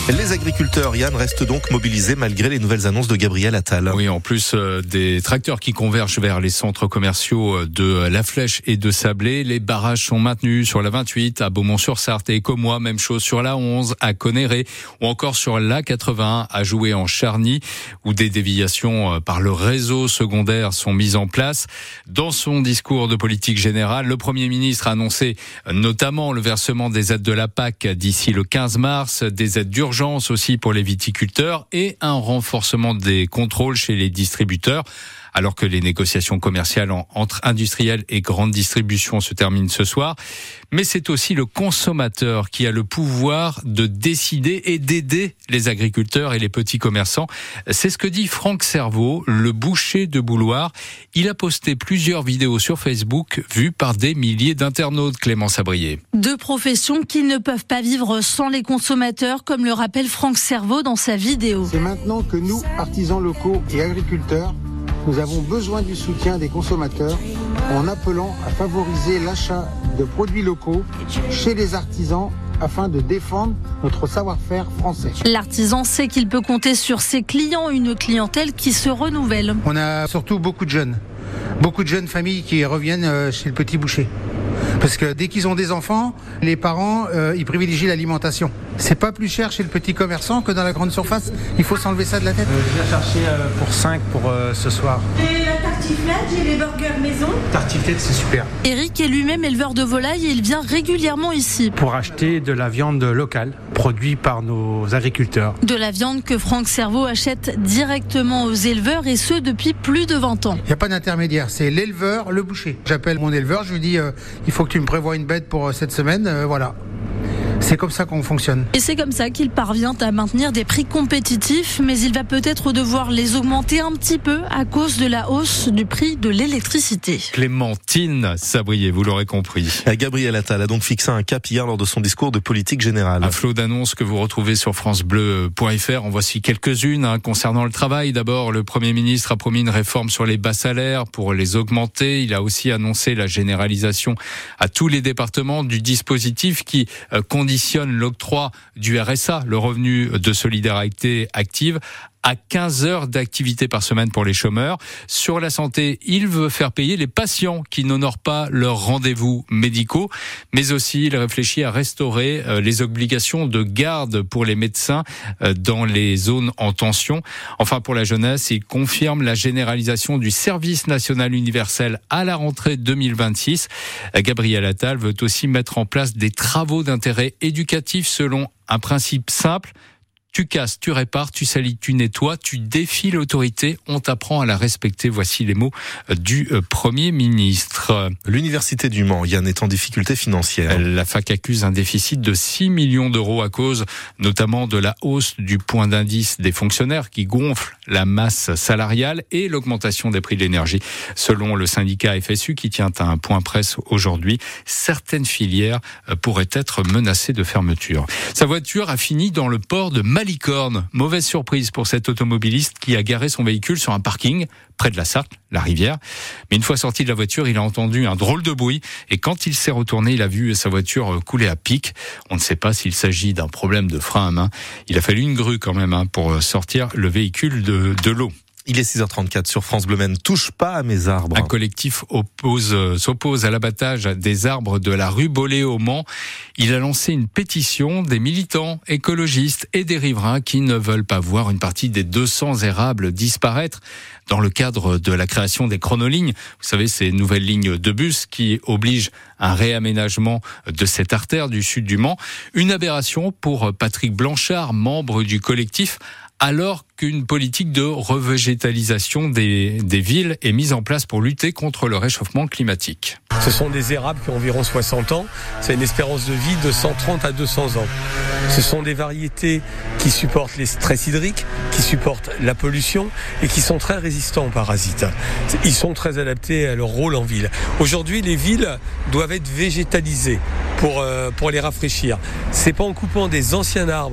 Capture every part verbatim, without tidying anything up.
Les agriculteurs, Yann, restent donc mobilisés malgré les nouvelles annonces de Gabriel Attal. Oui, en plus euh, des tracteurs qui convergent vers les centres commerciaux de La Flèche et de Sablé, les barrages sont maintenus sur la vingt-huit à Beaumont-sur-Sarthe et Commois, même chose sur la onze à Conneré ou encore sur la quatre-vingt-un à Joué en Charny, où des déviations par le réseau secondaire sont mises en place. Dans son discours de politique générale, le Premier ministre a annoncé notamment le versement des aides de la P A C d'ici le quinze mars, des aides d'urgence aussi pour les viticulteurs et un renforcement des contrôles chez les distributeurs. Alors que les négociations commerciales entre industriels et grande distribution se terminent ce soir. Mais c'est aussi le consommateur qui a le pouvoir de décider et d'aider les agriculteurs et les petits commerçants. C'est ce que dit Franck Servaux, le boucher de Bouloire. Il a posté plusieurs vidéos sur Facebook vues par des milliers d'internautes, Clément Sabrier. Deux professions qui ne peuvent pas vivre sans les consommateurs, comme le rappelle Franck Servaux dans sa vidéo. C'est maintenant que nous, artisans locaux et agriculteurs, nous avons besoin du soutien des consommateurs en appelant à favoriser l'achat de produits locaux chez les artisans afin de défendre notre savoir-faire français. L'artisan sait qu'il peut compter sur ses clients, une clientèle qui se renouvelle. On a surtout beaucoup de jeunes, beaucoup de jeunes familles qui reviennent chez le petit boucher. Parce que dès qu'ils ont des enfants, les parents, euh, ils privilégient l'alimentation. C'est pas plus cher chez le petit commerçant que dans la grande surface. Il faut s'enlever ça de la tête. Euh, je viens chercher euh, pour cinq pour euh, ce soir. Et la tartiflette et les burgers maison. Tartiflette, c'est super. Eric est lui-même éleveur de volailles et il vient régulièrement ici. Pour acheter de la viande locale, produite par nos agriculteurs. De la viande que Franck Servaux achète directement aux éleveurs et ce depuis plus de vingt ans. Il n'y a pas d'intermédiaire, c'est l'éleveur, le boucher. J'appelle mon éleveur, je lui dis euh, il faut que tu me prévois une bête pour euh, cette semaine, euh, voilà. C'est comme ça qu'on fonctionne. Et c'est comme ça qu'il parvient à maintenir des prix compétitifs, mais il va peut-être devoir les augmenter un petit peu à cause de la hausse du prix de l'électricité. Clémentine Sabrier, vous l'aurez compris. Gabriel Attal a donc fixé un cap hier lors de son discours de politique générale. Un flot d'annonces que vous retrouvez sur francebleu point f r. En voici quelques-unes hein, concernant le travail. D'abord, le Premier ministre a promis une réforme sur les bas salaires pour les augmenter. Il a aussi annoncé la généralisation à tous les départements du dispositif qui euh, conditionne l'octroi du R S A, le revenu de solidarité active, à quinze heures d'activité par semaine pour les chômeurs. Sur la santé, il veut faire payer les patients qui n'honorent pas leurs rendez-vous médicaux, mais aussi il réfléchit à restaurer les obligations de garde pour les médecins dans les zones en tension. Enfin, pour la jeunesse, il confirme la généralisation du service national universel à la rentrée deux mille vingt-six. Gabriel Attal veut aussi mettre en place des travaux d'intérêt éducatif selon un principe simple. Tu casses, tu répares, tu salis, tu nettoies, tu défies l'autorité, on t'apprend à la respecter. Voici les mots du Premier ministre. L'Université du Mans, Yann, est en difficulté financière. La fac accuse un déficit de six millions d'euros à cause notamment de la hausse du point d'indice des fonctionnaires qui gonfle la masse salariale et l'augmentation des prix de l'énergie. Selon le syndicat F S U qui tient à un point presse aujourd'hui, certaines filières pourraient être menacées de fermeture. Sa voiture a fini dans le port de Malicorne. Licorne. Mauvaise surprise pour cet automobiliste qui a garé son véhicule sur un parking près de la Sarthe, la rivière. Mais une fois sorti de la voiture, il a entendu un drôle de bruit et quand il s'est retourné, il a vu sa voiture couler à pic. On ne sait pas s'il s'agit d'un problème de frein à main. Il a fallu une grue quand même hein, pour sortir le véhicule de, de l'eau. Il est six heures trente-quatre sur France Bleu Maine. Touche pas à mes arbres. Un collectif oppose, euh, s'oppose à l'abattage des arbres de la rue Bollé au Mans. Il a lancé une pétition des militants écologistes et des riverains qui ne veulent pas voir une partie des deux cents érables disparaître dans le cadre de la création des chronolignes. Vous savez, ces nouvelles lignes de bus qui obligent un réaménagement de cette artère du sud du Mans. Une aberration pour Patrick Blanchard, membre du collectif, alors qu'une politique de revégétalisation des, des villes est mise en place pour lutter contre le réchauffement climatique. Ce sont des érables qui ont environ soixante ans. C'est une espérance de vie de cent trente à deux cents ans. Ce sont des variétés qui supportent les stress hydriques, qui supportent la pollution et qui sont très résistants aux parasites. Ils sont très adaptés à leur rôle en ville. Aujourd'hui, les villes doivent être végétalisées pour, euh, pour les rafraîchir. C'est pas en coupant des anciens arbres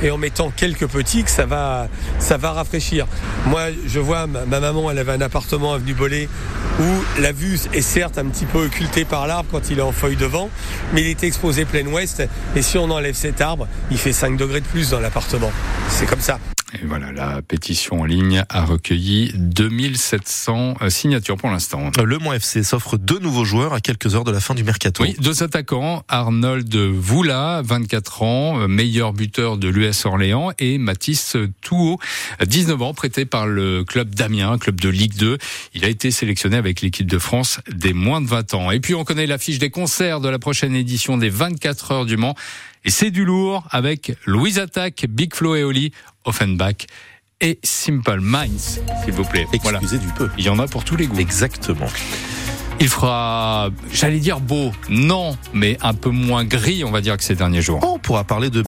et en mettant quelques petits que ça va, ça va rafraîchir. Moi, je vois ma, ma maman, elle avait un appartement avenue Bollé où la vue est certes un petit peu occultée par l'arbre quand il est en feuille devant, mais il était exposé plein ouest, et si on enlève cet arbre, il fait cinq degrés de plus dans l'appartement. C'est comme ça. Et voilà, la pétition en ligne a recueilli deux mille sept cents signatures pour l'instant. Le Mans F C s'offre deux nouveaux joueurs à quelques heures de la fin du mercato. Oui, deux attaquants, Arnold Voula, vingt-quatre ans, meilleur buteur de l'U S Orléans, et Mathis Touot, dix-neuf ans, prêté par le club d'Amiens, club de Ligue deux. Il a été sélectionné avec l'équipe de France des moins de vingt ans. Et puis on connaît l'affiche des concerts de la prochaine édition des vingt-quatre heures du Mans. Et c'est du lourd avec Louise Attaque, Big Flo et Oli, Offenbach et Simple Minds, s'il vous plaît. Excusez voilà. du peu. Il y en a pour tous les goûts. Exactement. Il fera, j'allais dire beau, non, mais un peu moins gris, on va dire, que ces derniers jours. Oh, on pourra parler de